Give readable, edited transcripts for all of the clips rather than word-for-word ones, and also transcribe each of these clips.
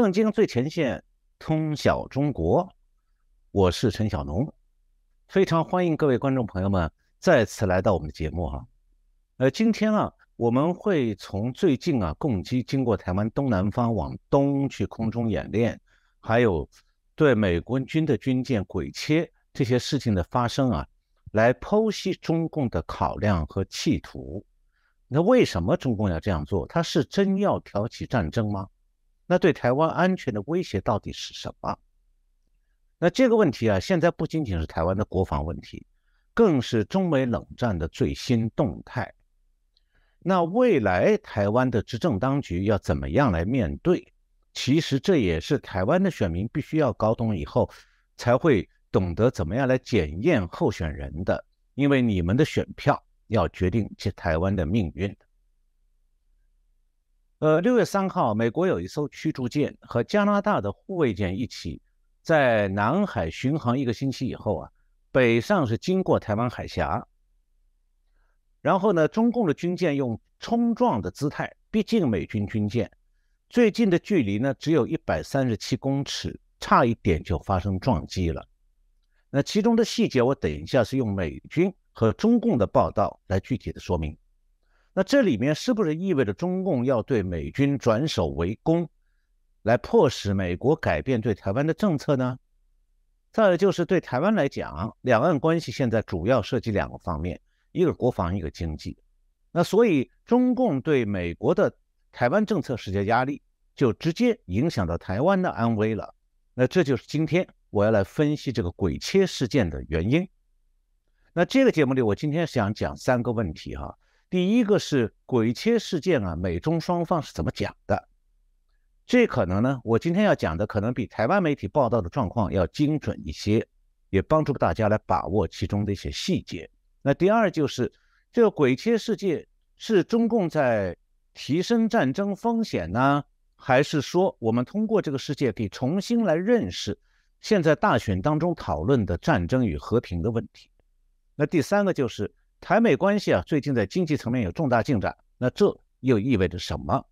震惊最前线，通晓中国。我是陈晓农，非常欢迎各位观众朋友们再次来到我们的节目哈。今天我们会从最近共机经过台湾东南方往东去空中演练，还有对美国军的军舰轨切这些事情的发生来剖析中共的考量和企图。那为什么中共要这样做？他是真要挑起战争吗？那对台湾安全的威胁到底是什么？那这个问题现在不仅仅是台湾的国防问题，更是中美冷战的最新动态。那未来台湾的执政当局要怎么样来面对？其实这也是台湾的选民必须要搞懂以后，才会懂得怎么样来检验候选人的，因为你们的选票要决定台湾的命运。6月3号，美国有一艘驱逐舰和加拿大的护卫舰一起在南海巡航1个星期以后北上是经过台湾海峡。然后呢，中共的军舰用冲撞的姿态逼近美军军舰，最近的距离呢只有137公尺，差一点就发生撞击了。那其中的细节我等一下是用美军和中共的报道来具体的说明。那这里面是不是意味着中共要对美军转守为攻，来迫使美国改变对台湾的政策呢？再有就是对台湾来讲，两岸关系现在主要涉及2个方面，一个国防，一个经济。那所以中共对美国的台湾政策施加压力，就直接影响到台湾的安危了。那这就是今天我要来分析这个轨切事件的原因。那这个节目里我今天想讲3个问题第一个是轨切事件美中双方是怎么讲的。这可能呢，我今天要讲的可能比台湾媒体报道的状况要精准一些，也帮助大家来把握其中的一些细节。那第二就是这个轨切事件是中共在提升战争风险呢，还是说我们通过这个事件可以重新来认识现在大选当中讨论的战争与和平的问题？那第3个就是台美关系最近在经济层面有重大进展，那这又意味着什么？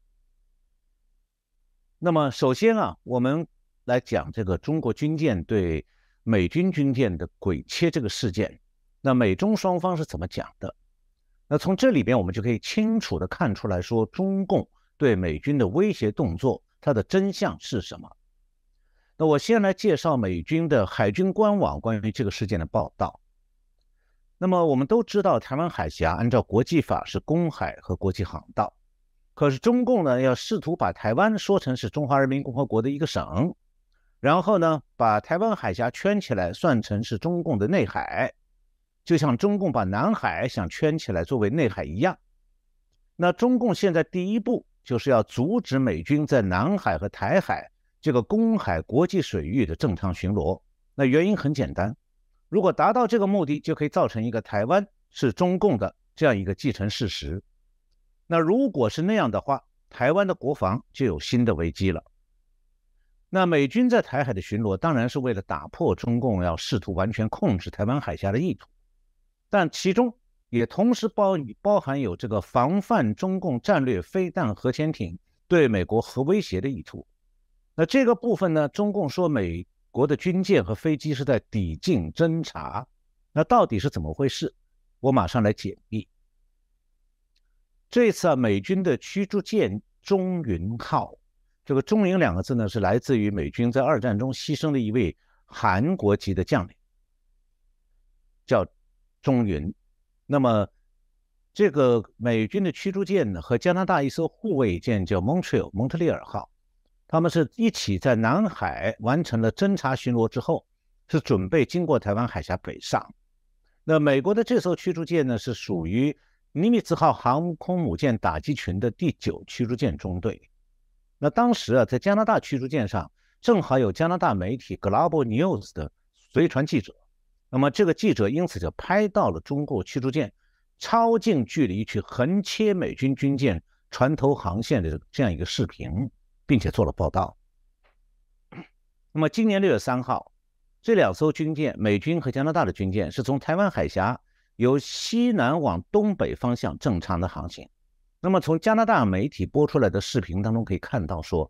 那么首先我们来讲这个中国军舰对美军军舰的轨切这个事件，那美中双方是怎么讲的？那从这里边我们就可以清楚的看出来说，中共对美军的威胁动作，它的真相是什么？那我先来介绍美军的海军官网关于这个事件的报道。那么我们都知道，台湾海峡按照国际法是公海和国际航道，可是中共呢要试图把台湾说成是中华人民共和国的一个省，然后呢把台湾海峡圈起来算成是中共的内海，就像中共把南海想圈起来作为内海一样。那中共现在第一步就是要阻止美军在南海和台海这个公海国际水域的正常巡逻。那原因很简单，如果达到这个目的，就可以造成一个台湾是中共的这样一个既成事实。那如果是那样的话，台湾的国防就有新的危机了。那美军在台海的巡逻当然是为了打破中共要试图完全控制台湾海峡的意图，但其中也同时包含有这个防范中共战略飞弹核潜艇对美国核威胁的意图。那这个部分呢，中共说美国的军舰和飞机是在抵近侦察，那到底是怎么回事？我马上来解密。这一次美军的驱逐舰中云号，这个中云2个字呢，是来自于美军在2战中牺牲的一位韩国籍的将领，叫中云。那么这个美军的驱逐舰呢，和加拿大一艘护卫舰叫蒙特利尔号，他们是一起在南海完成了侦察巡逻之后，是准备经过台湾海峡北上。那美国的这艘驱逐舰呢，是属于尼米兹号航空母舰打击群的第9驱逐舰中队。那当时在加拿大驱逐舰上正好有加拿大媒体 Global News 的随船记者，那么这个记者因此就拍到了中国驱逐舰超近距离去横切美军军舰船头航线的这样一个视频，并且做了报道。那么今年6月3号，这2艘军舰，美军和加拿大的军舰，是从台湾海峡由西南往东北方向正常的航行。那么从加拿大媒体播出来的视频当中可以看到说，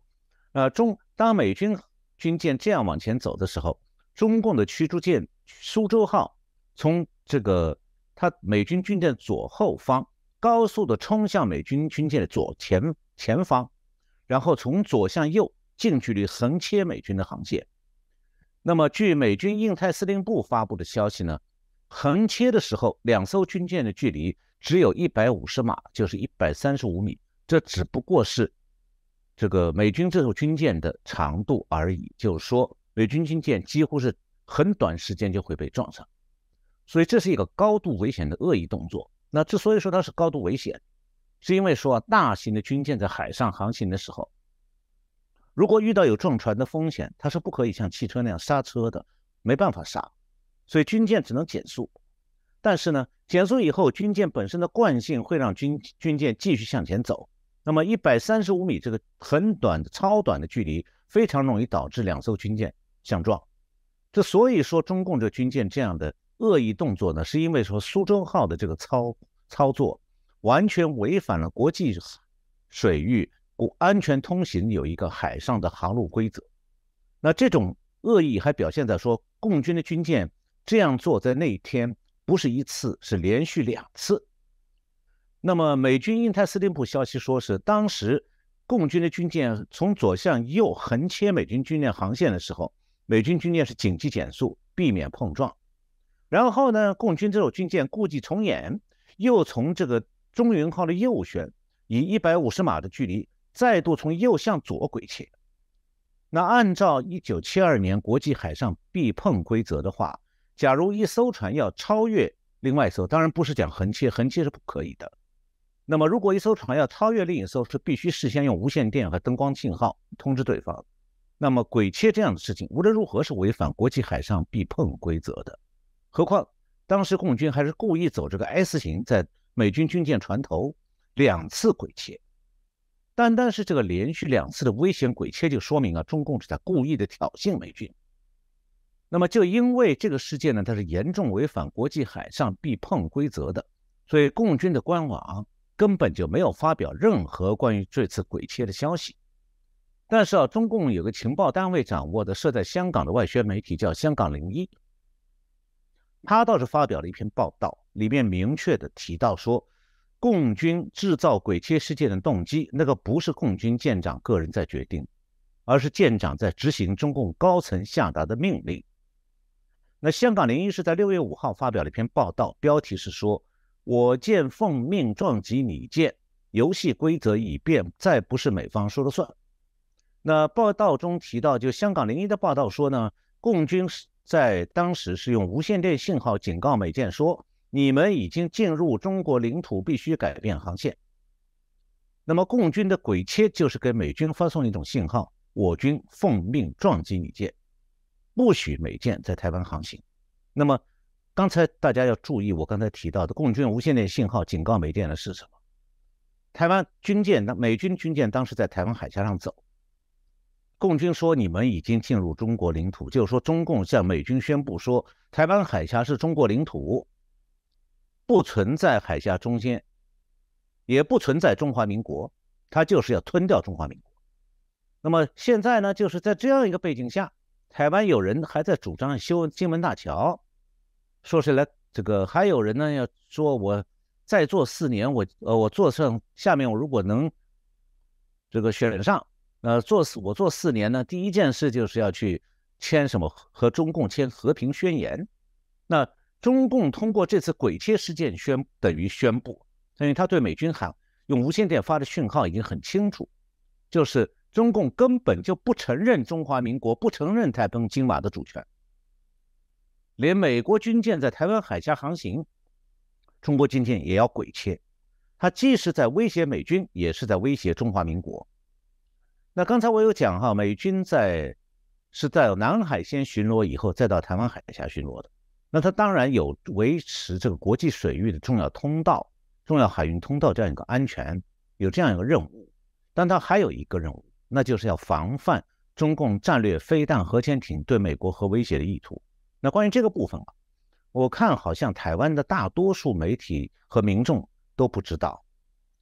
当美军军舰这样往前走的时候，中共的驱逐舰苏州号从美军军舰左后方高速的冲向美军军舰的前方，然后从左向右近距离横切美军的航线。那么据美军印太司令部发布的消息呢，横切的时候两艘军舰的距离只有150码，就是135米，这只不过是这个美军这艘军舰的长度而已，就是说美军军舰几乎是很短时间就会被撞上，所以这是一个高度危险的恶意动作。那之所以说它是高度危险，是因为说大型的军舰在海上航行的时候，如果遇到有撞船的风险，它是不可以像汽车那样刹车的，没办法刹，所以军舰只能减速。但是呢，减速以后，军舰本身的惯性会让军舰继续向前走。那么135米这个很短的、超短的距离，非常容易导致两艘军舰相撞。这所以说，中共这军舰这样的恶意动作呢，是因为说苏州号的这个操作完全违反了国际水域安全通行有一个海上的航路规则。那这种恶意还表现在说，共军的军舰这样做在那一天不是一次，是连续2次。那么美军印太司令部消息说是当时共军的军舰从左向右横切美军军舰航线的时候，美军军舰是紧急减速，避免碰撞。然后呢，共军这艘军舰故伎重演，又从这个中云号的右舷以150码的距离再度从右向左轨切。那按照1972年国际海上避碰规则的话，假如一艘船要超越另外一艘，当然不是讲横切，横切是不可以的。那么如果一艘船要超越另一艘，是必须事先用无线电和灯光信号通知对方。那么轨切这样的事情无论如何是违反国际海上避碰规则的。何况当时共军还是故意走这个 S 型，在美军军舰船头2次轨切。单单是这个连续2次的危险轨切，就说明中共是在故意的挑衅美军。那么就因为这个事件呢，它是严重违反国际海上避碰规则的，所以共军的官网根本就没有发表任何关于这次轨切的消息。但是中共有个情报单位掌握的设在香港的外宣媒体叫香港01，他倒是发表了一篇报道，里面明确的提到说，共军制造轨切事件的动机，那个不是共军舰长个人在决定，而是舰长在执行中共高层下达的命令。那香港01是在6月5号发表了一篇报道，标题是说，我舰奉命撞击你舰，游戏规则已变，再不是美方说了算。那报道中提到，就香港01的报道说呢，共军在当时是用无线电信号警告美舰说，你们已经进入中国领土，必须改变航线。那么共军的轨切就是给美军发送一种信号，我军奉命撞击你舰，不许美舰在台湾航行。那么刚才大家要注意，我刚才提到的共军无线电信号警告美舰的是什么？台湾军舰，美军军舰当时在台湾海峡上走，共军说你们已经进入中国领土，就是说中共向美军宣布说，台湾海峡是中国领土，不存在海峡中间，也不存在中华民国，它就是要吞掉中华民国。那么现在呢，就是在这样一个背景下，台湾有人还在主张修金门大桥，说是来这个，还有人呢要说我再做4年，我做上下面我如果能这个选上，我做4年呢，第一件事就是要去签什么和中共签和平宣言。那中共通过这次轨切事件等于宣布，因为他对美军用无线电发的讯号已经很清楚，就是中共根本就不承认中华民国，不承认台澎金马的主权。连美国军舰在台湾海峡航行，中国军舰也要轨切，它既是在威胁美军，也是在威胁中华民国。那刚才我有讲美军是在南海先巡逻以后，再到台湾海峡巡逻的。那它当然有维持这个国际水域的重要通道、重要海运通道这样一个安全，有这样一个任务。但它还有一个任务，那就是要防范中共战略飞弹核潜艇对美国核威胁的意图。那关于这个部分我看好像台湾的大多数媒体和民众都不知道。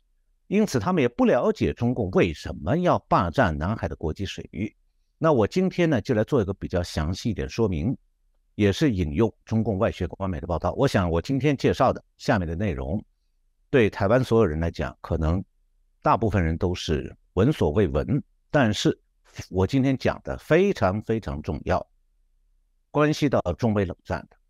因此他们也不了解中共为什么要霸占南海的国际水域。那我今天呢，就来做一个比较详细一点说明，也是引用中共外宣官媒的报道。我想我今天介绍的下面的内容，对台湾所有人来讲，可能大部分人都是闻所未闻，但是我今天讲的非常非常重要，关系到中美冷战的。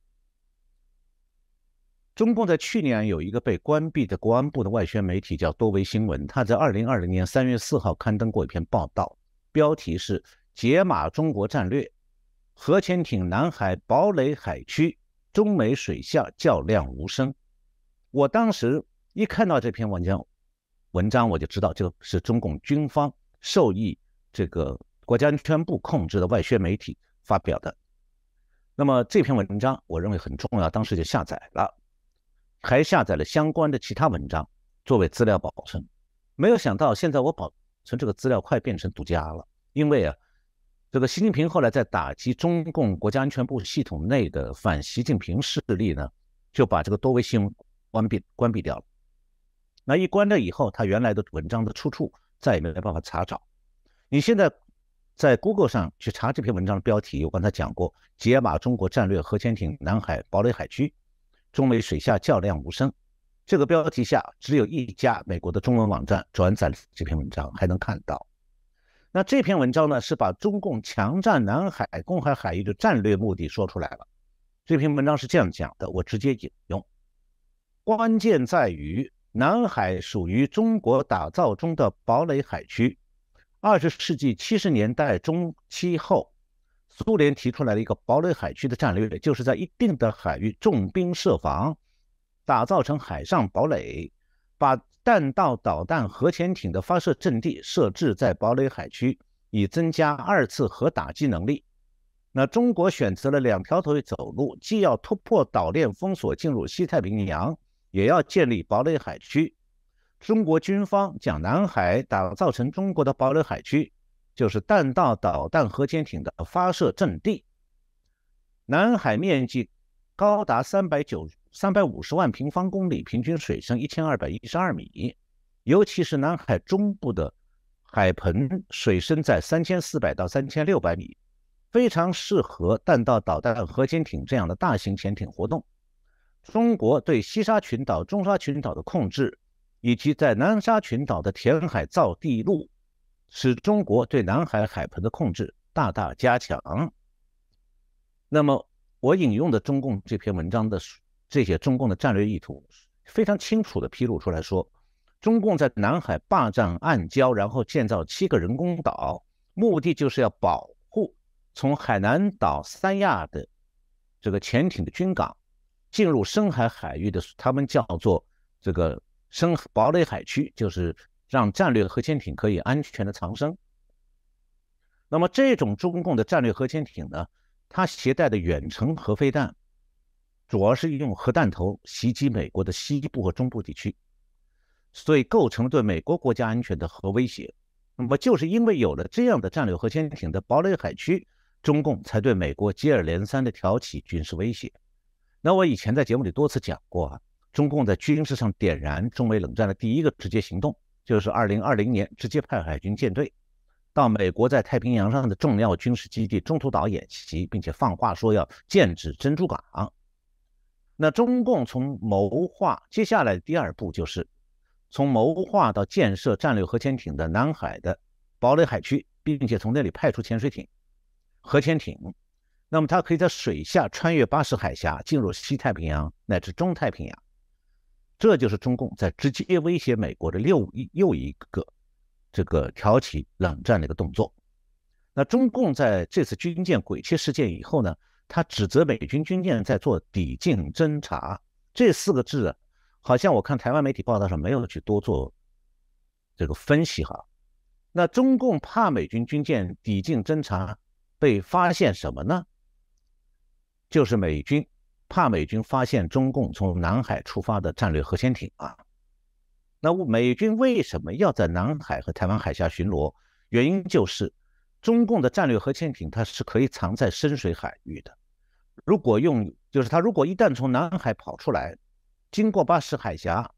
中共在去年有一个被关闭的国安部的外宣媒体叫多维新闻，他在2020年3月4号刊登过一篇报道，标题是解码中国战略，核潜艇南海堡垒海区，中美水下较量无声。我当时一看到这篇文章我就知道这是中共军方授意这个国家安全部控制的外宣媒体发表的。那么这篇文章我认为很重要，当时就下载了，还下载了相关的其他文章作为资料保存。没有想到现在我保存这个资料快变成独家了，因为这个习近平后来在打击中共国家安全部系统内的反习近平势力呢，就把这个多维新闻关闭掉了。那一关了以后，他原来的文章的出处再也没办法查找。你现在在 Google 上去查这篇文章的标题，我刚才讲过，解码中国战略核潜艇南海堡垒海区，中美水下较量无声。这个标题下只有一家美国的中文网站转载了这篇文章，还能看到。那这篇文章呢，是把中共强占南海、公海海域的战略目的说出来了。这篇文章是这样讲的，我直接引用：关键在于南海属于中国打造中的堡垒海区。20世纪70年代中期后，苏联提出来了一个堡垒海区的战略，就是在一定的海域重兵设防，打造成海上堡垒，把弹道导弹核潜艇的发射阵地设置在堡垒海区，以增加2次核打击能力。那中国选择了2条腿走路，既要突破岛链封锁进入西太平洋，也要建立堡垒海区。中国军方将南海打造成中国的堡垒海区，就是弹道导弹核潜艇的发射阵地。南海面积高达350万平方公里，平均水深1212米，尤其是南海中部的海盆水深在3400到3600米，非常适合弹道导弹核潜艇这样的大型潜艇活动。中国对西沙群岛、中沙群岛的控制，以及在南沙群岛的填海造地路，使中国对南海海盆的控制大大加强。那么我引用的中共这篇文章的这些中共的战略意图，非常清楚地披露出来说，中共在南海霸占岸礁，然后建造7个人工岛，目的就是要保护从海南岛三亚的这个潜艇的军港进入深海海域的，他们叫做这个堡垒海区，就是让战略核潜艇可以安全的藏身。那么这种中共的战略核潜艇呢，它携带的远程核飞弹主要是用核弹头袭击美国的西部和中部地区，所以构成对美国国家安全的核威胁。那么就是因为有了这样的战略核潜艇的堡垒海区，中共才对美国接二连三的挑起军事威胁。那我以前在节目里多次讲过中共在军事上点燃中美冷战的第一个直接行动，就是2020年直接派海军舰队到美国在太平洋上的重要军事基地中途岛演习，并且放话说要剑指珍珠港。那中共从谋划，接下来的第2步就是从谋划到建设战略核潜艇的南海的堡垒海区，并且从那里派出潜水艇、核潜艇，那么它可以在水下穿越巴士海峡，进入西太平洋乃至中太平洋。这就是中共在直接威胁美国的又一个这个挑起冷战的一个动作。那中共在这次军舰鬼切事件以后呢，他指责美军军舰在做抵近侦察，这4个字好像我看台湾媒体报道上没有去多做这个分析那中共怕美军军舰抵近侦察被发现什么呢？就是怕美军发现中共从南海出发的战略核潜艇那美军为什么要在南海和台湾海峡巡逻？原因就是中共的战略核潜艇它是可以藏在深水海域的。就是它如果一旦从南海跑出来，经过巴士海峡，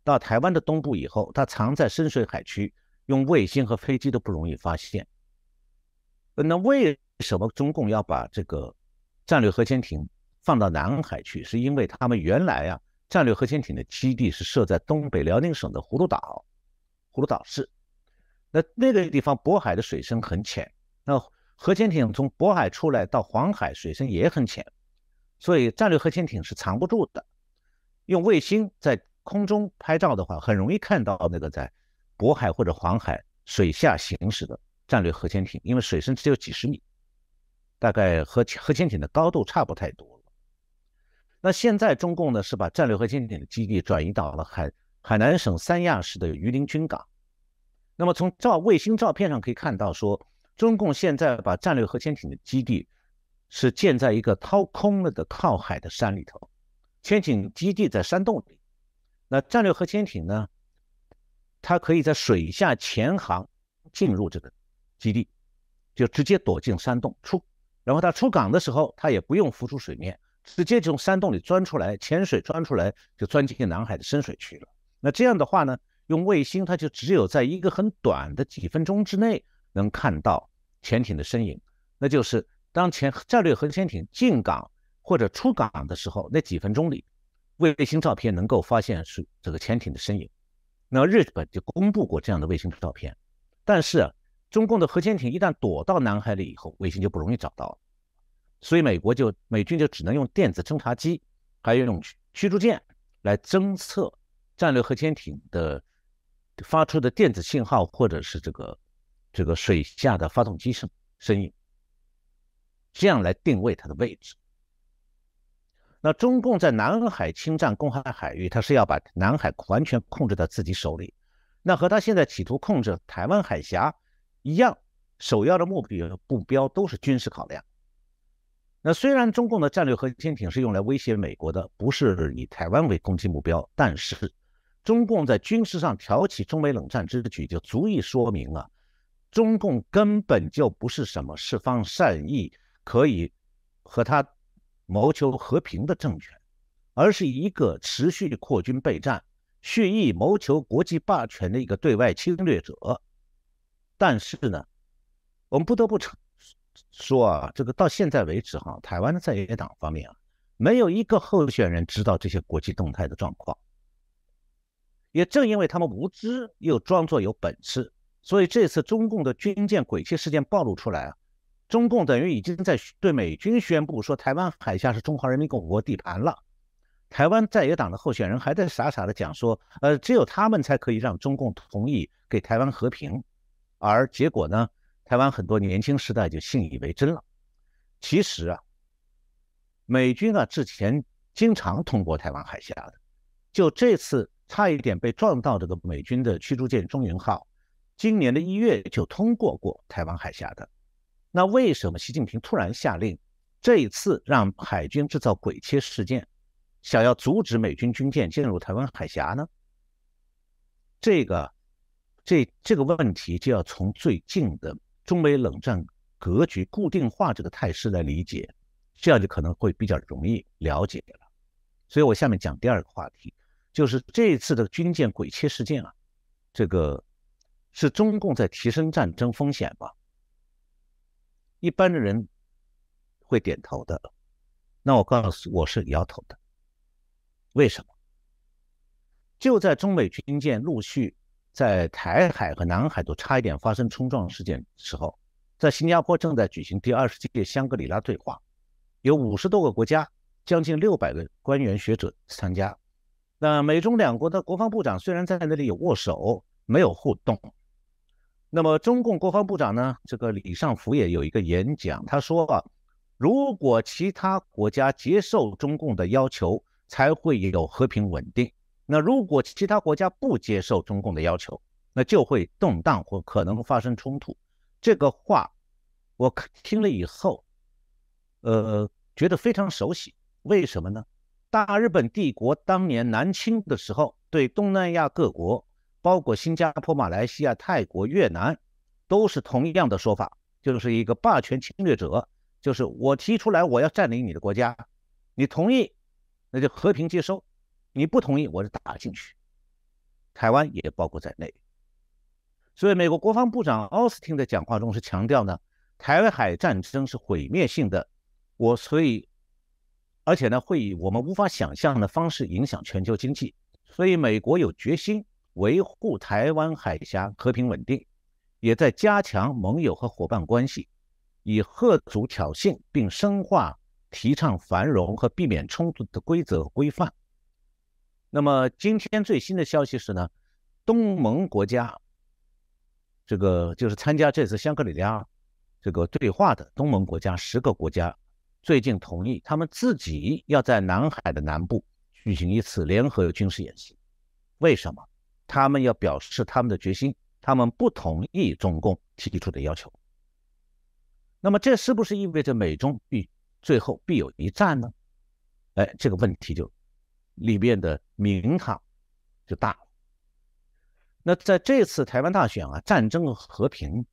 到台湾的东部以后，它藏在深水海区，用卫星和飞机都不容易发现。那为什么中共要把这个战略核潜艇放到南海去？是因为他们原来战略核潜艇的基地是设在东北辽宁省的葫芦岛市。那个地方渤海的水深很浅，那核潜艇从渤海出来到黄海水深也很浅，所以战略核潜艇是藏不住的。用卫星在空中拍照的话，很容易看到那个在渤海或者黄海水下行驶的战略核潜艇，因为水深只有几十米，大概和核潜艇的高度差不太多了。那现在中共呢是把战略核潜艇的基地转移到了海南省三亚市的榆林军港。那么从卫星照片上可以看到说，中共现在把战略核潜艇的基地是建在一个掏空了的靠海的山里头，潜艇基地在山洞里。那战略核潜艇呢，它可以在水下潜航进入这个基地，就直接躲进山洞然后它出港的时候，它也不用浮出水面，直接从山洞里钻出来，潜水钻出来就钻进南海的深水区了。那这样的话呢，用卫星它就只有在一个很短的几分钟之内能看到潜艇的身影，那就是当战略核潜艇进港或者出港的时候，那几分钟里卫星照片能够发现是这个潜艇的身影。那日本就公布过这样的卫星照片，但是中共的核潜艇一旦躲到南海里以后，卫星就不容易找到了，所以美军就只能用电子侦察机还有用驱逐舰来侦测战略核潜艇的发出的电子信号，或者是这个水下的发动机声音，这样来定位它的位置。那中共在南海侵占公海海域，它是要把南海完全控制在自己手里，那和他现在企图控制台湾海峡一样，首要的目标都是军事考量。那虽然中共的战略核潜艇是用来威胁美国的，不是以台湾为攻击目标，但是中共在军事上挑起中美冷战之举，就足以说明中共根本就不是什么释放善意可以和他谋求和平的政权，而是一个持续扩军备战、蓄意谋求国际霸权的一个对外侵略者。但是呢，我们不得不说这个到现在为止台湾的在野党方面没有一个候选人知道这些国际动态的状况。也正因为他们无知又装作有本事，所以这次中共的军舰鬼切事件暴露出来中共等于已经在对美军宣布说台湾海峡是中华人民共和国地盘了。台湾在野党的候选人还在傻傻的讲说，只有他们才可以让中共同意给台湾和平，而结果呢，台湾很多年轻世代就信以为真了。其实美军之前经常通过台湾海峡的，就这次差一点被撞到这个美军的驱逐舰中云号，今年的1月就通过台湾海峡的。那为什么习近平突然下令这一次让海军制造鬼切事件，想要阻止美军军舰进入台湾海峡呢？这个问题就要从最近的中美冷战格局固定化这个态势来理解，这样就可能会比较容易了解了。所以我下面讲第二个话题，就是这一次的军舰鬼切事件这个是中共在提升战争风险吧？一般的人会点头的，那我告诉我是摇头的。为什么？就在中美军舰陆续在台海和南海都差一点发生冲撞事件的时候，在新加坡正在举行第20届香格里拉对话，有50多个国家，将近600个官员学者参加。那美中两国的国防部长虽然在那里有握手，没有互动。那么中共国防部长呢，这个李尚福也有一个演讲，他说如果其他国家接受中共的要求，才会有和平稳定。那如果其他国家不接受中共的要求，那就会动荡或可能发生冲突。这个话我听了以后，觉得非常熟悉。为什么呢？大日本帝国当年南侵的时候，对东南亚各国，包括新加坡、马来西亚、泰国、越南，都是同样的说法，就是一个霸权侵略者，就是我提出来我要占领你的国家，你同意那就和平接收，你不同意我就打进去。 台湾也包括在内。所以美国国防部长奥斯汀的讲话中是强调呢，台海战争是毁灭性的，而且呢会以我们无法想象的方式影响全球经济，所以美国有决心维护台湾海峡和平稳定，也在加强盟友和伙伴关系，以遏阻挑衅并深化提倡繁荣和避免冲突的规则和规范。那么今天最新的消息是呢，东盟国家，这个就是参加这次香格里拉这个对话的东盟国家10个国家，最近同意他们自己要在南海的南部举行一次联合军事演习。为什么？他们要表示他们的决心，他们不同意中共提出的要求。那么这是不是意味着美中最后必有一战呢？这个问题就里面的名堂就大了。那在这次台湾大选啊，战争和平，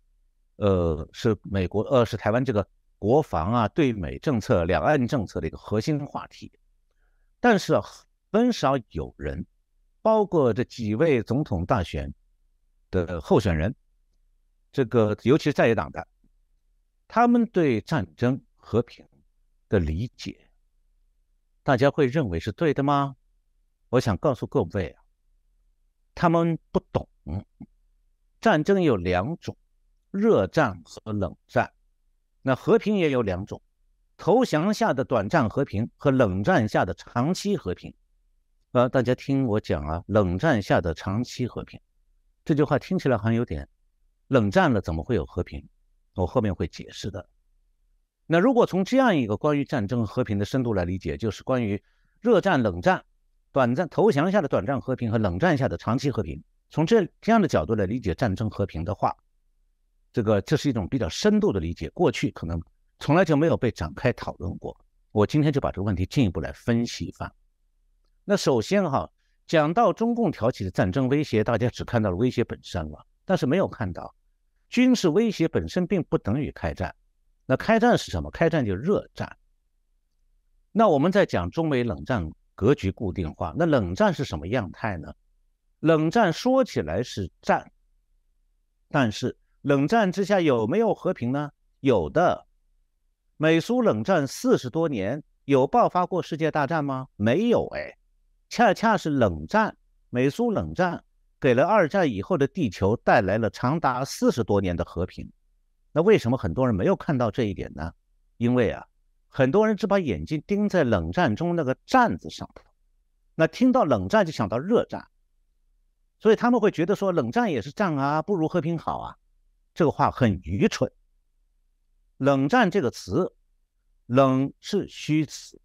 是台湾这个国防啊、对美政策、两岸政策的一个核心话题。但是很少有人，包括这几位总统大选的候选人，这个尤其是在野党的，他们对战争和平的理解，大家会认为是对的吗？我想告诉各位啊，他们不懂，战争有2种，热战和冷战。那和平也有2种，投降下的短暂和平和冷战下的长期和平。大家听我讲啊，冷战下的长期和平，这句话听起来好像有点冷战了，怎么会有和平？我后面会解释的。那如果从这样一个关于战争和平的深度来理解，就是关于热战、冷战、投降下的短暂和平和冷战下的长期和平，从这样的角度来理解战争和平的话，这是一种比较深度的理解，过去可能从来就没有被展开讨论过。我今天就把这个问题进一步来分析一番。那首先讲到中共挑起的战争威胁，大家只看到了威胁本身了，但是没有看到军事威胁本身并不等于开战。那开战是什么？开战就是热战。那我们在讲中美冷战格局固定化，那冷战是什么样态呢？冷战说起来是战，但是冷战之下有没有和平呢？有的。美苏冷战40多年，有爆发过世界大战吗？没有。恰恰是冷战，美苏冷战给了2战以后的地球带来了长达40多年的和平。那为什么很多人没有看到这一点呢？因为很多人只把眼睛盯在冷战中那个战字上头，那听到冷战就想到热战，所以他们会觉得说冷战也是战啊，不如和平好啊。这个话很愚蠢。冷战这个词，冷是虚词，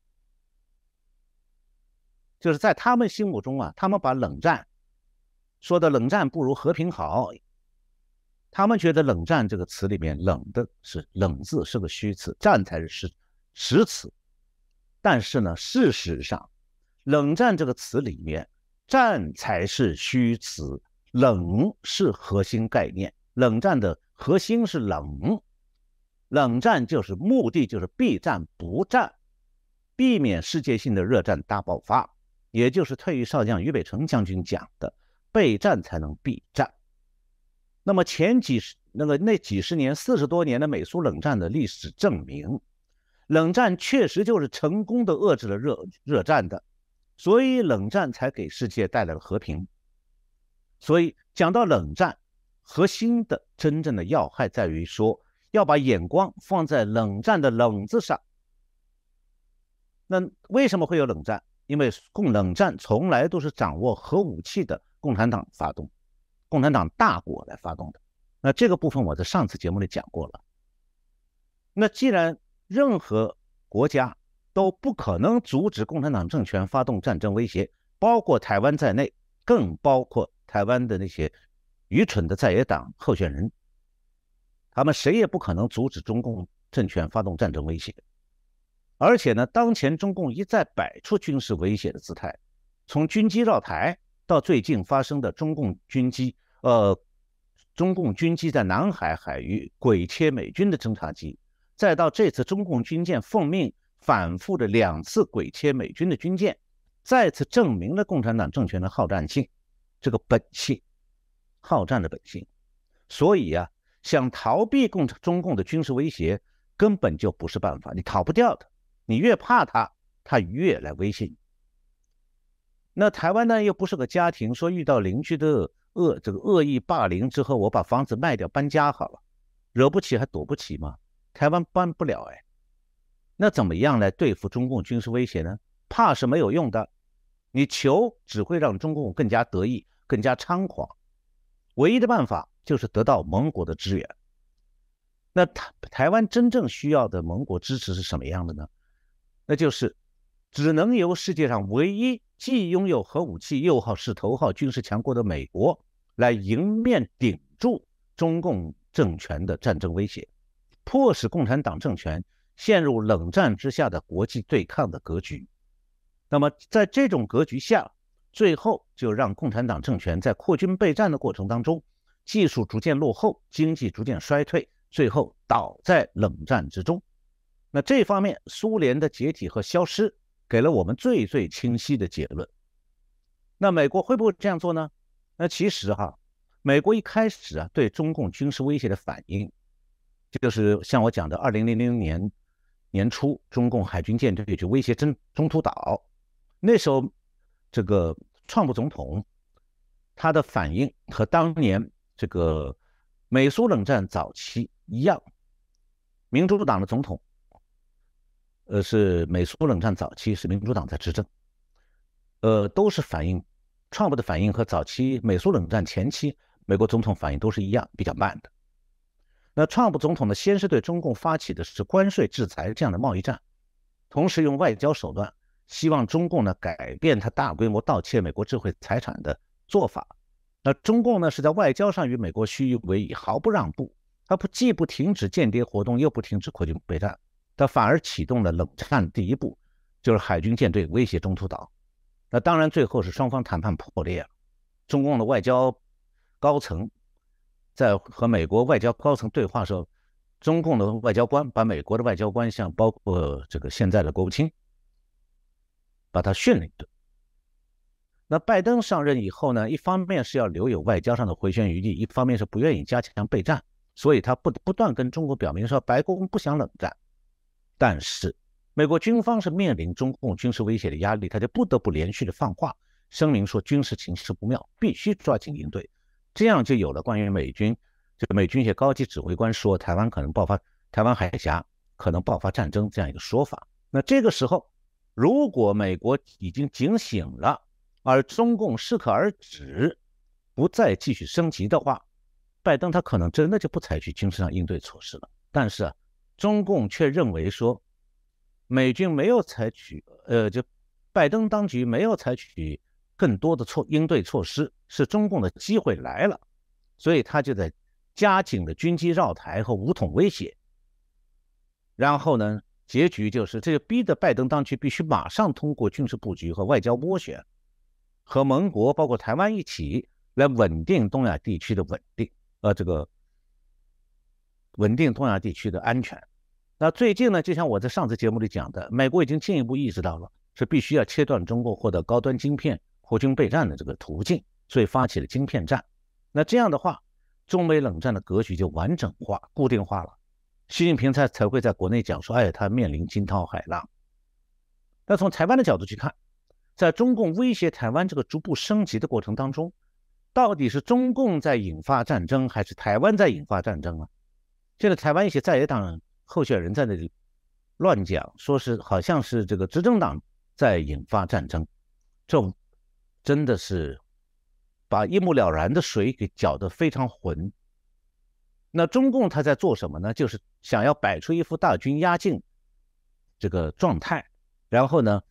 就是在他们心目中他们把冷战说的冷战不如和平好，他们觉得冷战这个词里面冷字是个虚词，战才是实词。但是呢，事实上冷战这个词里面战才是虚词，冷是核心概念。冷战的核心是冷，冷战就是目的就是避战不战，避免世界性的热战大爆发，也就是退役少将俞北辰将军讲的备战才能避战。那么那几十年40多年的美苏冷战的历史证明，冷战确实就是成功的遏制了热战的，所以冷战才给世界带来了和平。所以讲到冷战，核心的真正的要害在于说要把眼光放在冷战的冷字上。那为什么会有冷战？因为冷战从来都是掌握核武器的共产党发动，共产党大国来发动的。那这个部分我在上次节目里讲过了。那既然任何国家都不可能阻止共产党政权发动战争威胁，包括台湾在内，更包括台湾的那些愚蠢的在野党候选人，他们谁也不可能阻止中共政权发动战争威胁。而且呢，当前中共一再摆出军事威胁的姿态，从军机绕台到最近发生的中共军机在南海海域鬼切美军的侦察机，再到这次中共军舰奉命反复的2次鬼切美军的军舰，再次证明了共产党政权的好战性。 这个本性，好战的本性。所以啊，想逃避中共的军事威胁根本就不是办法，你逃不掉的。你越怕他，他越来威胁你。那台湾呢，又不是个家庭，说遇到邻居的恶意霸凌之后，我把房子卖掉搬家好了，惹不起还躲不起吗？台湾搬不了哎。那怎么样来对付中共军事威胁呢？怕是没有用的，你求只会让中共更加得意，更加猖狂。唯一的办法就是得到盟国的支援。那台湾真正需要的盟国支持是什么样的呢？那就是只能由世界上唯一既拥有核武器又是头号军事强国的美国来迎面顶住中共政权的战争威胁，迫使共产党政权陷入冷战之下的国际对抗的格局。那么在这种格局下，最后就让共产党政权在扩军备战的过程当中，技术逐渐落后，经济逐渐衰退，最后倒在冷战之中。那这方面苏联的解体和消失给了我们最清晰的结论。那美国会不会这样做呢？那其实美国一开始对中共军事威胁的反应，就是像我讲的2000年年初中共海军舰队去威胁中途岛，那时候这个川普总统他的反应和当年这个美苏冷战早期一样，民主党的总统是美苏冷战早期是民主党在执政，都是反应川普的反应和早期美苏冷战前期美国总统反应都是一样，比较慢的。那川普总统呢，先是对中共发起的是关税制裁这样的贸易战，同时用外交手段希望中共呢改变他大规模盗窃美国智慧财产的做法。那中共呢是在外交上与美国虚与委蛇，毫不让步，他既不停止间谍活动，又不停止扩军备战，他反而启动了冷战第一步，就是海军舰队威胁中途岛。那当然最后是双方谈判破裂了，中共的外交高层在和美国外交高层对话的时候，中共的外交官把美国的外交官，像包括这个现在的国务卿，把他训了一顿。那拜登上任以后呢，一方面是要留有外交上的回旋余地，一方面是不愿意加强备战，所以他不断跟中国表明说白宫不想冷战。但是美国军方是面临中共军事威胁的压力，他就不得不连续的放话，声明说军事情势不妙，必须抓紧应对。这样就有了关于美军一些高级指挥官说台湾海峡可能爆发战争这样一个说法。那这个时候，如果美国已经警醒了，而中共适可而止，不再继续升级的话，拜登他可能真的就不采取军事上应对措施了。但是中共却认为说美军没有采取就拜登当局没有采取更多的应对措施，是中共的机会来了，所以他就在加紧了军机绕台和武统威胁。然后呢，结局就是这就逼得拜登当局必须马上通过军事布局和外交斡旋，和盟国包括台湾一起来稳定东亚地区的稳定东亚地区的安全。那最近呢，就像我在上次节目里讲的，美国已经进一步意识到了是必须要切断中国获得高端晶片扩军备战的这个途径，所以发起了晶片战。那这样的话，中美冷战的格局就完整化、固定化了。习近平才会在国内讲说，他面临惊涛骇浪。那从台湾的角度去看，在中共威胁台湾这个逐步升级的过程当中，到底是中共在引发战争，还是台湾在引发战争啊？现在台湾一些在野党候选人在那里乱讲，说是好像是这个执政党在引发战争，这真的是把一目了然的水给搅得非常浑。那中共他在做什么呢？就是想要摆出一副大军压境这个状态，然后呢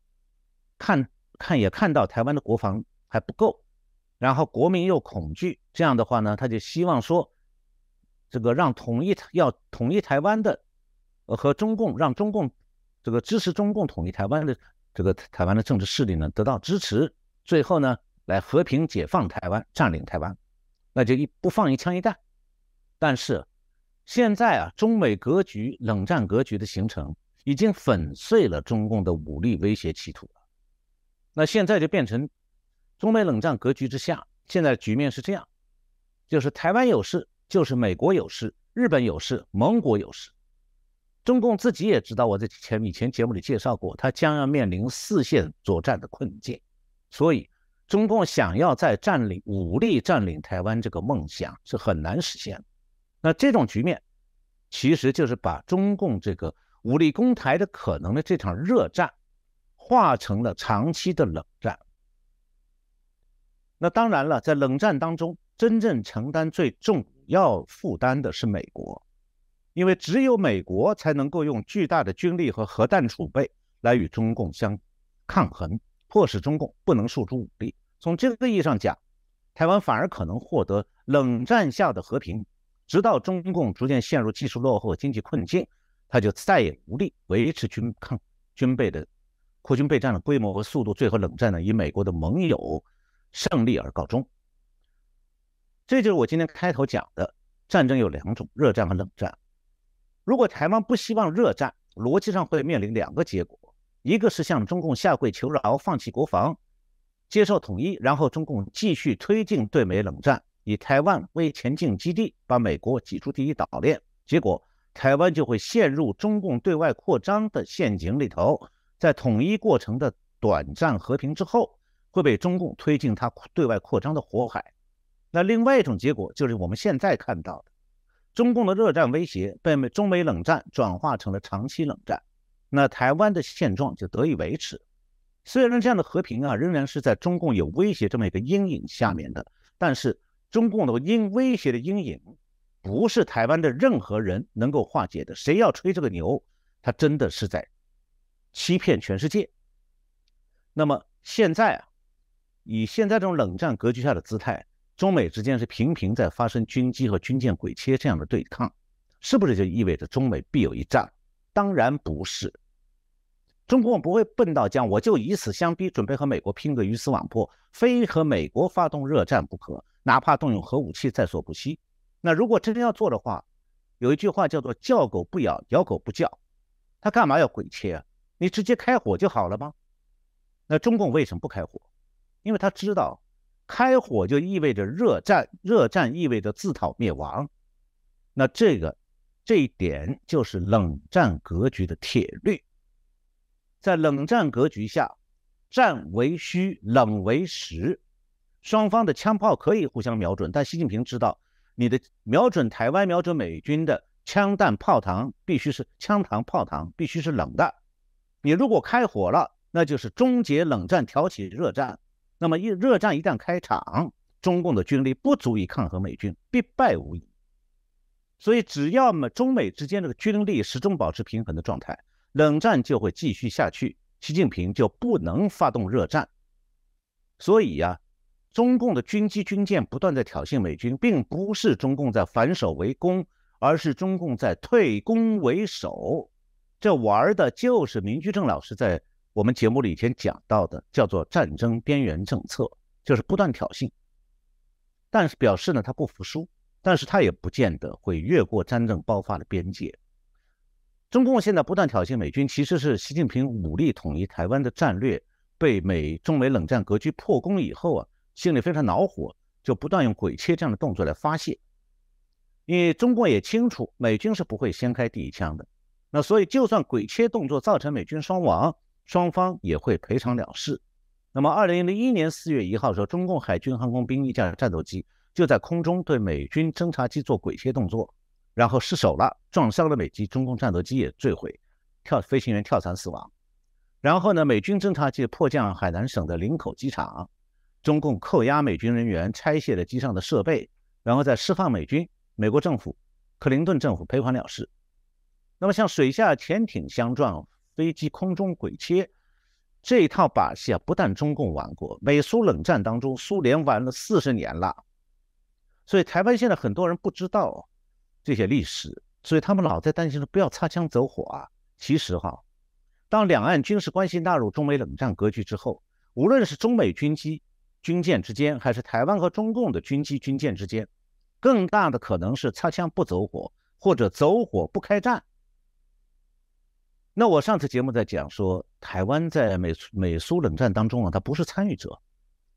看到台湾的国防还不够，然后国民又恐惧，这样的话呢，他就希望说这个要统一台湾的和中共，让中共这个支持中共统一台湾的这个台湾的政治势力呢得到支持，最后呢来和平解放台湾，占领台湾，那就不放一枪一弹。但是现在中美格局、冷战格局的形成已经粉碎了中共的武力威胁企图了。那现在就变成中美冷战格局之下，现在的局面是这样，就是台湾有事，就是美国有事，日本有事，盟国有事。中共自己也知道，我在以前节目里介绍过，他将要面临4线作战的困境，所以中共想要再武力占领台湾这个梦想是很难实现的。那这种局面其实就是把中共这个武力攻台的可能的这场热战化成了长期的冷战。那当然了，在冷战当中，真正承担最重要负担的是美国，因为只有美国才能够用巨大的军力和核弹储备来与中共相抗衡，迫使中共不能诉诸武力。从这个意义上讲，台湾反而可能获得冷战下的和平，直到中共逐渐陷入技术落后、经济困境，他就再也无力维持军备的扩军备战的规模和速度，最后冷战呢以美国的盟友胜利而告终。这就是我今天开头讲的，战争有2种，热战和冷战。如果台湾不希望热战，逻辑上会面临2个结果，一个是向中共下跪求饶，放弃国防，接受统一，然后中共继续推进对美冷战，以台湾为前进基地，把美国挤出第一岛链，结果台湾就会陷入中共对外扩张的陷阱里头，在统一过程的短暂和平之后，会被中共推进它对外扩张的火海。那另外一种结果就是我们现在看到的，中共的热战威胁被中美冷战转化成了长期冷战，那台湾的现状就得以维持。虽然这样的和平仍然是在中共有威胁这么一个阴影下面的，但是中共的威胁的阴影不是台湾的任何人能够化解的。谁要吹这个牛，他真的是在欺骗全世界。那么现在以现在这种冷战格局下的姿态，中美之间是频频在发生军机和军舰轨切这样的对抗，是不是就意味着中美必有一战？当然不是。中共不会笨到讲我就以死相逼，准备和美国拼个鱼死网破，非和美国发动热战不可，哪怕动用核武器在所不惜。那如果真要做的话，有一句话叫做叫狗不咬，咬狗不叫，他干嘛要轨切啊？你直接开火就好了吗？那中共为什么不开火？因为他知道开火就意味着热战，热战意味着自讨灭亡。那这一点就是冷战格局的铁律。在冷战格局下，战为虚，冷为实，双方的枪炮可以互相瞄准，但习近平知道，你的瞄准台湾、瞄准美军的枪弹炮膛必须是枪膛炮膛必须是冷的。你如果开火了，那就是终结冷战，挑起热战。那么热战一旦开场，中共的军力不足以抗衡美军，必败无疑。所以只要中美之间的军力始终保持平衡的状态，冷战就会继续下去，习近平就不能发动热战。所以中共的军机军舰不断在挑衅美军，并不是中共在反守为攻，而是中共在退攻为守。这玩的就是明居正老师在我们节目里以前讲到的，叫做战争边缘政策，就是不断挑衅，但是表示呢他不服输，但是他也不见得会越过战争爆发的边界。中共现在不断挑衅美军，其实是习近平武力统一台湾的战略被中美冷战格局破功以后心里非常恼火，就不断用轨切这样的动作来发泄。因为中共也清楚美军是不会先开第一枪的，那所以就算轨切动作造成美军伤亡，双方也会赔偿了事。那么2001年4月1号的时候，中共海军航空兵一架战斗机就在空中对美军侦察机做轨切动作，然后失手了，撞伤了美机，中共战斗机也坠毁，飞行员跳伞死亡。然后呢，美军侦察机迫降海南省的林口机场，中共扣押美军人员，拆卸了机上的设备，然后再释放美军，美国政府、克林顿政府赔款了事。那么像水下潜艇相撞、飞机空中轨切这一套把戏不但中共玩过，美苏冷战当中苏联玩了40年了。所以台湾现在很多人不知道这些历史，所以他们老在担心不要擦枪走火其实当两岸军事关系纳入中美冷战格局之后，无论是中美军机军舰之间，还是台湾和中共的军机军舰之间，更大的可能是擦枪不走火，或者走火不开战。那我上次节目在讲说，台湾在美苏冷战当中它不是参与者，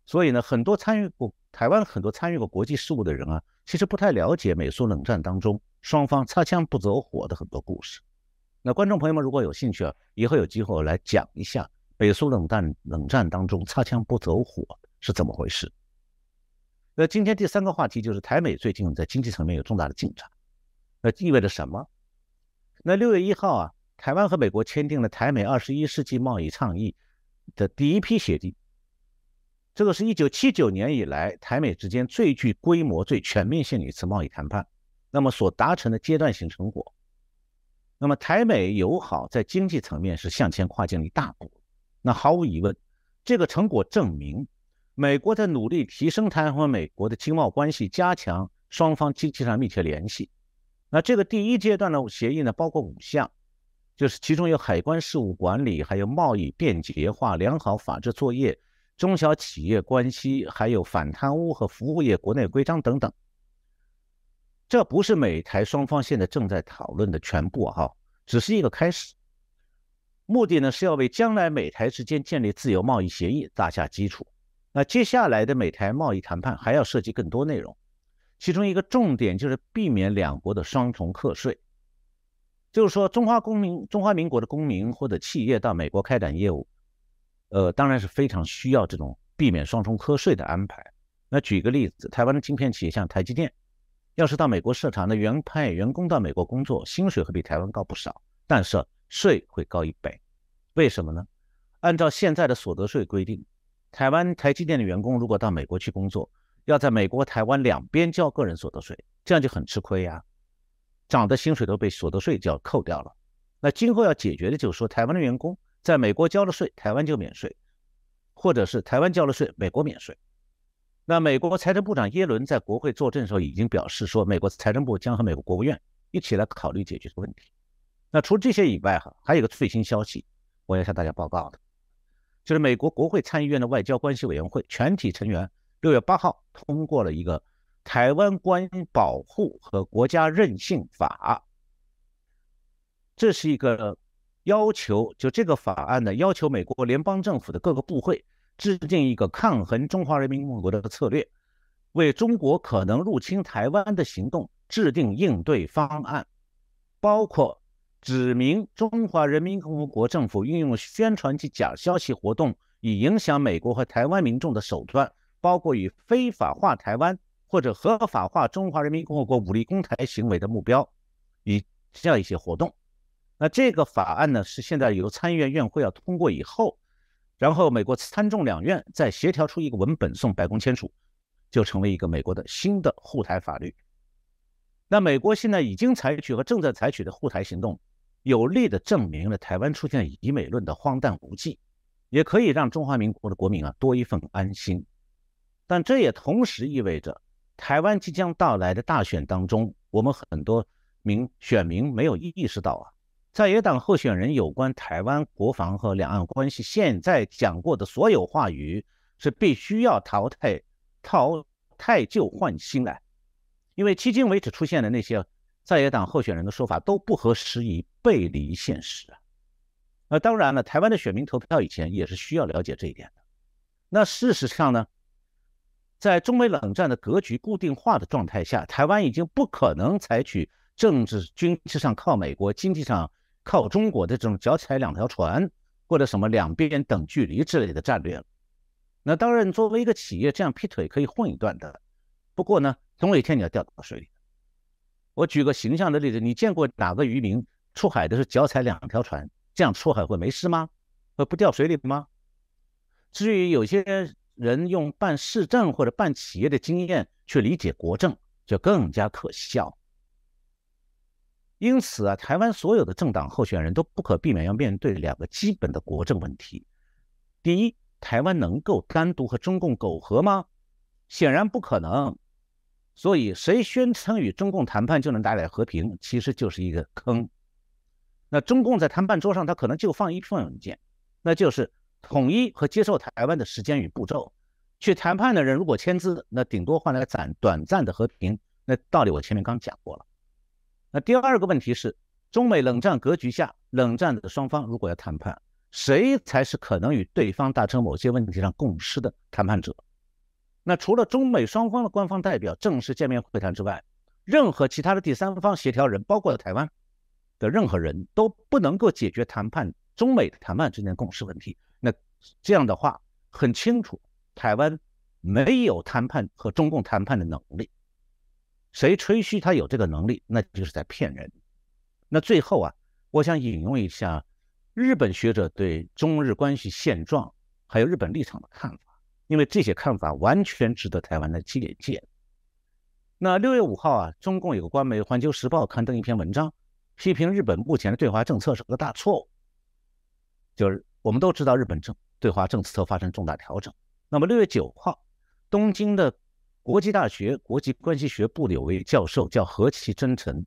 所以呢，台湾很多参与过国际事务的人啊，其实不太了解美苏冷战当中双方擦枪不走火的很多故事。那观众朋友们如果有兴趣啊，以后有机会我来讲一下美苏冷战当中擦枪不走火是怎么回事。那今天第3个话题就是台美最近在经济层面有重大的进展。那意味着什么？那6月1号啊，台湾和美国签订了台美21世纪贸易倡议的第一批协定。这个是1979年以来台美之间最具规模、最全面性的一次贸易谈判，那么所达成的阶段性成果。那么台美友好在经济层面是向前跨进了一大步。那毫无疑问，这个成果证明美国在努力提升台湾和美国的经贸关系，加强双方经济上密切联系。那这个第一阶段的协议呢，包括5项，就是其中有海关事务管理，还有贸易便捷化、良好法治作业、中小企业关系，还有反贪污和服务业国内规章等等。这不是美台双方现在正在讨论的全部只是一个开始。目的呢是要为将来美台之间建立自由贸易协议打下基础。那接下来的美台贸易谈判还要涉及更多内容，其中一个重点就是避免两国的双重课税。就是说中华民国的公民或者企业到美国开展业务，当然是非常需要这种避免双重课税的安排。那举个例子，台湾的晶片企业像台积电，要是到美国设厂的派员工到美国工作，薪水会比台湾高不少，但是税会高1倍。为什么呢？按照现在的所得税规定，台积电的员工如果到美国去工作，要在美国台湾两边交个人所得税，这样就很吃亏呀。涨的薪水都被所得税就要扣掉了。那今后要解决的就是说，台湾的员工在美国交了税，台湾就免税，或者是台湾交了税，美国免税。那美国财政部长耶伦在国会作证的时候已经表示说，美国财政部将和美国国务院一起来考虑解决这个问题。那除了这些以外还有一个最新消息我要向大家报告的，就是美国国会参议院的外交关系委员会全体成员6月8号通过了一个台湾关系保护和国家韧性法。这是一个要求，就这个法案呢，要求美国联邦政府的各个部会制定一个抗衡中华人民共和国的策略，为中国可能入侵台湾的行动制定应对方案，包括指明中华人民共和国政府运用宣传及假消息活动以影响美国和台湾民众的手段，包括以非法化台湾或者合法化中华人民共和国武力攻台行为的目标，以这样一些活动。那这个法案呢，是现在由参议院院会要通过以后，然后美国参众两院再协调出一个文本送白宫签署，就成为一个美国的新的护台法律。那美国现在已经采取和正在采取的护台行动，有力的证明了台湾出现以美论的荒诞无稽，也可以让中华民国的国民多一份安心。但这也同时意味着台湾即将到来的大选当中，我们很多选民没有意识到在野党候选人有关台湾国防和两岸关系现在讲过的所有话语是必须要淘汰旧换新来，因为迄今为止出现的那些在野党候选人的说法都不合时宜，背离现实当然了，台湾的选民投票以前也是需要了解这一点的。那事实上呢，在中美冷战的格局固定化的状态下，台湾已经不可能采取政治军事上靠美国，经济上靠中国的这种脚踩两条船或者什么两边等距离之类的战略了。那当然作为一个企业这样劈腿可以混一段的，不过呢总有一天你要掉到水里。我举个形象的例子，你见过哪个渔民出海的是脚踩两条船，这样出海会没事吗？会不掉水里吗？至于有些人用办市政或者办企业的经验去理解国政，就更加可笑。因此台湾所有的政党候选人都不可避免要面对两个基本的国政问题。第一，台湾能够单独和中共苟合吗？显然不可能。所以谁宣称与中共谈判就能带来和平，其实就是一个坑。那中共在谈判桌上他可能就放一份文件，那就是统一和接受台湾的时间与步骤。去谈判的人如果签字，那顶多换来短暂的和平，那道理我前面刚讲过了。那第二个问题是，中美冷战格局下，冷战的双方如果要谈判，谁才是可能与对方达成某些问题上共识的谈判者？ 那除了中美双方的官方代表正式见面会谈之外，任何其他的第三方协调人，包括台湾的任何人都不能够解决中美谈判之间的共识问题。那这样的话，很清楚，台湾没有谈判和中共谈判的能力。谁吹嘘他有这个能力，那就是在骗人。那最后啊，我想引用一下日本学者对中日关系现状还有日本立场的看法，因为这些看法完全值得台湾的借鉴。那6月5号啊，中共有个官媒《环球时报》刊登一篇文章，批评日本目前的对华政策是个大错误。就是我们都知道日本对华政策发生重大调整。那么6月9号，东京的国际大学国际关系学部的有位教授叫河崎真诚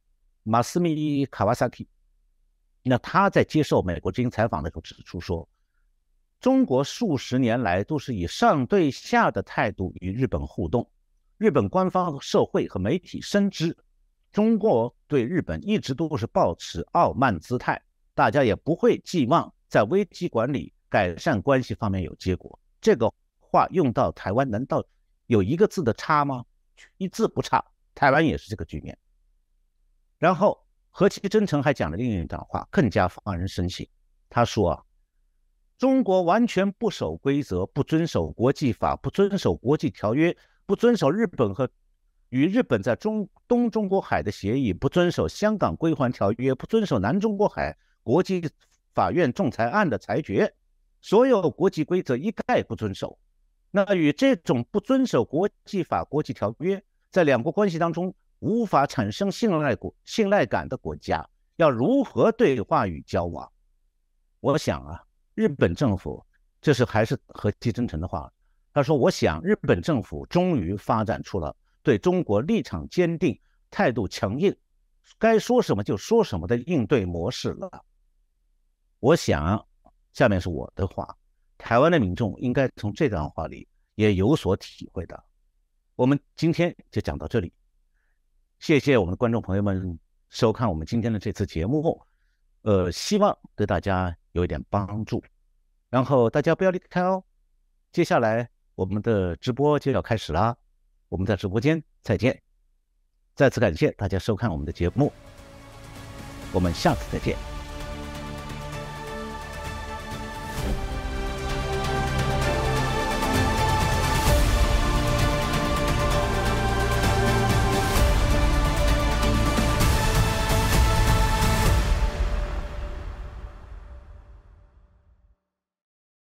Masumi Kawasaki， 那他在接受美国之音采访的时候指出说，中国数十年来都是以上对下的态度与日本互动，日本官方、社会和媒体深知中国对日本一直都是抱持傲慢姿态，大家也不会寄望在危机管理、改善关系方面有结果。这个话用到台湾，难道有一个字的差吗？一字不差，台湾也是这个局面。然后河崎真诚还讲了另一段话，更加发人深省。他说啊，中国完全不守规则，不遵守国际法，不遵守国际条约，不遵守与日本在东中国海的协议，不遵守香港归还条约，不遵守南中国海国际法院仲裁案的裁决，所有国际规则一概不遵守。那与这种不遵守国际法、国际条约，在两国关系当中无法产生信赖感的国家，要如何对话与交往？我想啊，日本政府，这还是河崎真诚的话，他说：“我想日本政府终于发展出了对中国立场坚定、态度强硬、该说什么就说什么的应对模式了。”我想，下面是我的话。台湾的民众应该从这段话里也有所体会的。我们今天就讲到这里，谢谢我们的观众朋友们收看我们今天的这次节目，希望对大家有一点帮助。然后大家不要离开哦，接下来我们的直播就要开始啦，我们在直播间再见。再次感谢大家收看我们的节目，我们下次再见。